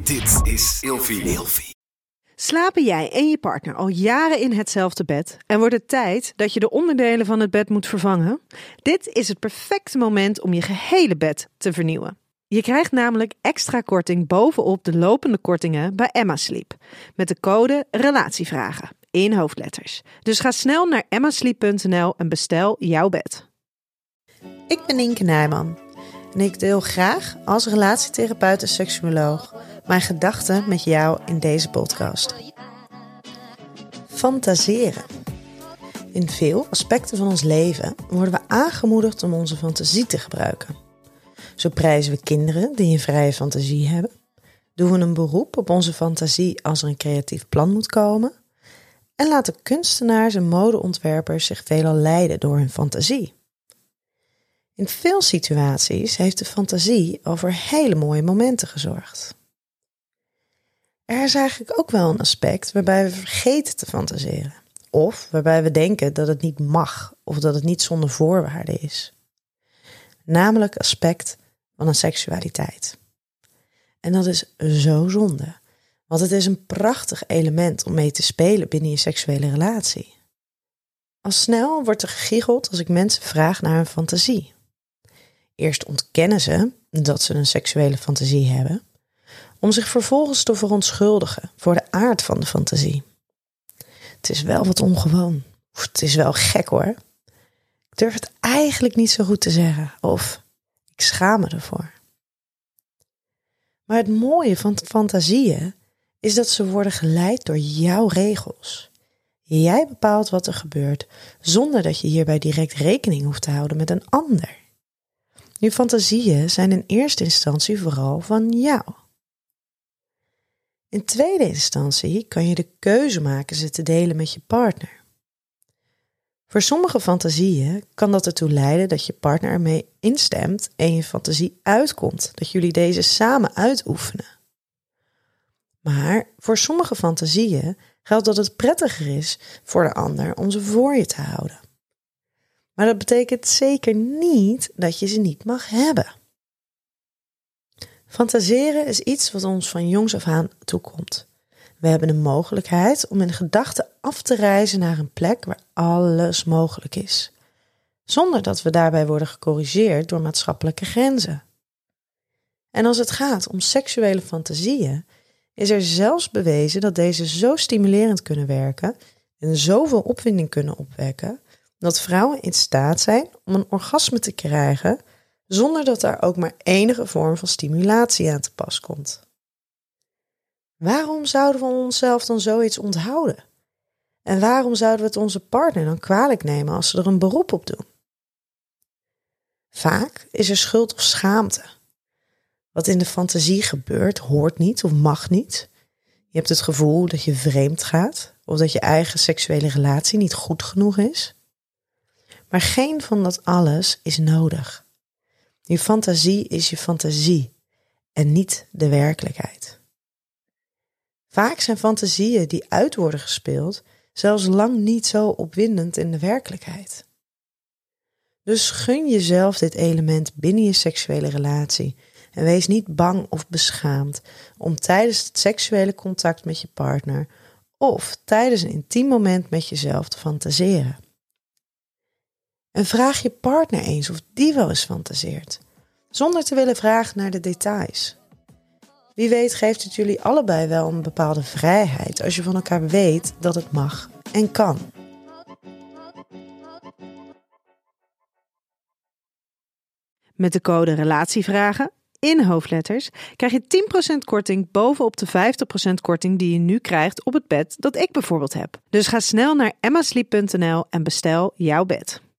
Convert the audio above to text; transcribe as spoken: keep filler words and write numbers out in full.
Dit is Ilfie. Slapen jij en je partner al jaren in hetzelfde bed en wordt het tijd dat je de onderdelen van het bed moet vervangen? Dit is het perfecte moment om je gehele bed te vernieuwen. Je krijgt namelijk extra korting bovenop de lopende kortingen bij Emma Sleep. Met de code RELATIEVRAGEN in hoofdletters. Dus ga snel naar emma sleep punt n l en bestel jouw bed. Ik ben Nienke Nijman en ik deel graag als relatietherapeut en seksuoloog mijn gedachten met jou in deze podcast. Fantaseren. In veel aspecten van ons leven worden we aangemoedigd om onze fantasie te gebruiken. Zo prijzen we kinderen die een vrije fantasie hebben. Doen we een beroep op onze fantasie als er een creatief plan moet komen. En laten kunstenaars en modeontwerpers zich veelal leiden door hun fantasie. In veel situaties heeft de fantasie al voor hele mooie momenten gezorgd. Er is eigenlijk ook wel een aspect waarbij we vergeten te fantaseren. Of waarbij we denken dat het niet mag of dat het niet zonder voorwaarden is. Namelijk het aspect van een seksualiteit. En dat is zo zonde. Want het is een prachtig element om mee te spelen binnen je seksuele relatie. Al snel wordt er gegicheld als ik mensen vraag naar hun fantasie. Eerst ontkennen ze dat ze een seksuele fantasie hebben, om zich vervolgens te verontschuldigen voor de aard van de fantasie. Het is wel wat ongewoon. Of het is wel gek hoor. Ik durf het eigenlijk niet zo goed te zeggen. Of ik schaam me ervoor. Maar het mooie van fantasieën is dat ze worden geleid door jouw regels. Jij bepaalt wat er gebeurt, zonder dat je hierbij direct rekening hoeft te houden met een ander. Je fantasieën zijn in eerste instantie vooral van jou. In tweede instantie kan je de keuze maken ze te delen met je partner. Voor sommige fantasieën kan dat ertoe leiden dat je partner ermee instemt en je fantasie uitkomt, dat jullie deze samen uitoefenen. Maar voor sommige fantasieën geldt dat het prettiger is voor de ander om ze voor je te houden. Maar dat betekent zeker niet dat je ze niet mag hebben. Fantaseren is iets wat ons van jongs af aan toekomt. We hebben de mogelijkheid om in gedachten af te reizen naar een plek waar alles mogelijk is. Zonder dat we daarbij worden gecorrigeerd door maatschappelijke grenzen. En als het gaat om seksuele fantasieën, is er zelfs bewezen dat deze zo stimulerend kunnen werken en zoveel opwinding kunnen opwekken, dat vrouwen in staat zijn om een orgasme te krijgen zonder dat daar ook maar enige vorm van stimulatie aan te pas komt. Waarom zouden we onszelf dan zoiets onthouden? En waarom zouden we het onze partner dan kwalijk nemen als ze er een beroep op doen? Vaak is er schuld of schaamte. Wat in de fantasie gebeurt, hoort niet of mag niet. Je hebt het gevoel dat je vreemd gaat of dat je eigen seksuele relatie niet goed genoeg is. Maar geen van dat alles is nodig. Je fantasie is je fantasie en niet de werkelijkheid. Vaak zijn fantasieën die uit worden gespeeld zelfs lang niet zo opwindend in de werkelijkheid. Dus gun jezelf dit element binnen je seksuele relatie en wees niet bang of beschaamd om tijdens het seksuele contact met je partner of tijdens een intiem moment met jezelf te fantaseren. En vraag je partner eens of die wel eens fantaseert, zonder te willen vragen naar de details. Wie weet geeft het jullie allebei wel een bepaalde vrijheid als je van elkaar weet dat het mag en kan. Met de code RELATIEVRAGEN in hoofdletters krijg je tien procent korting bovenop de vijftig procent korting die je nu krijgt op het bed dat ik bijvoorbeeld heb. Dus ga snel naar emma sleep punt n l en bestel jouw bed.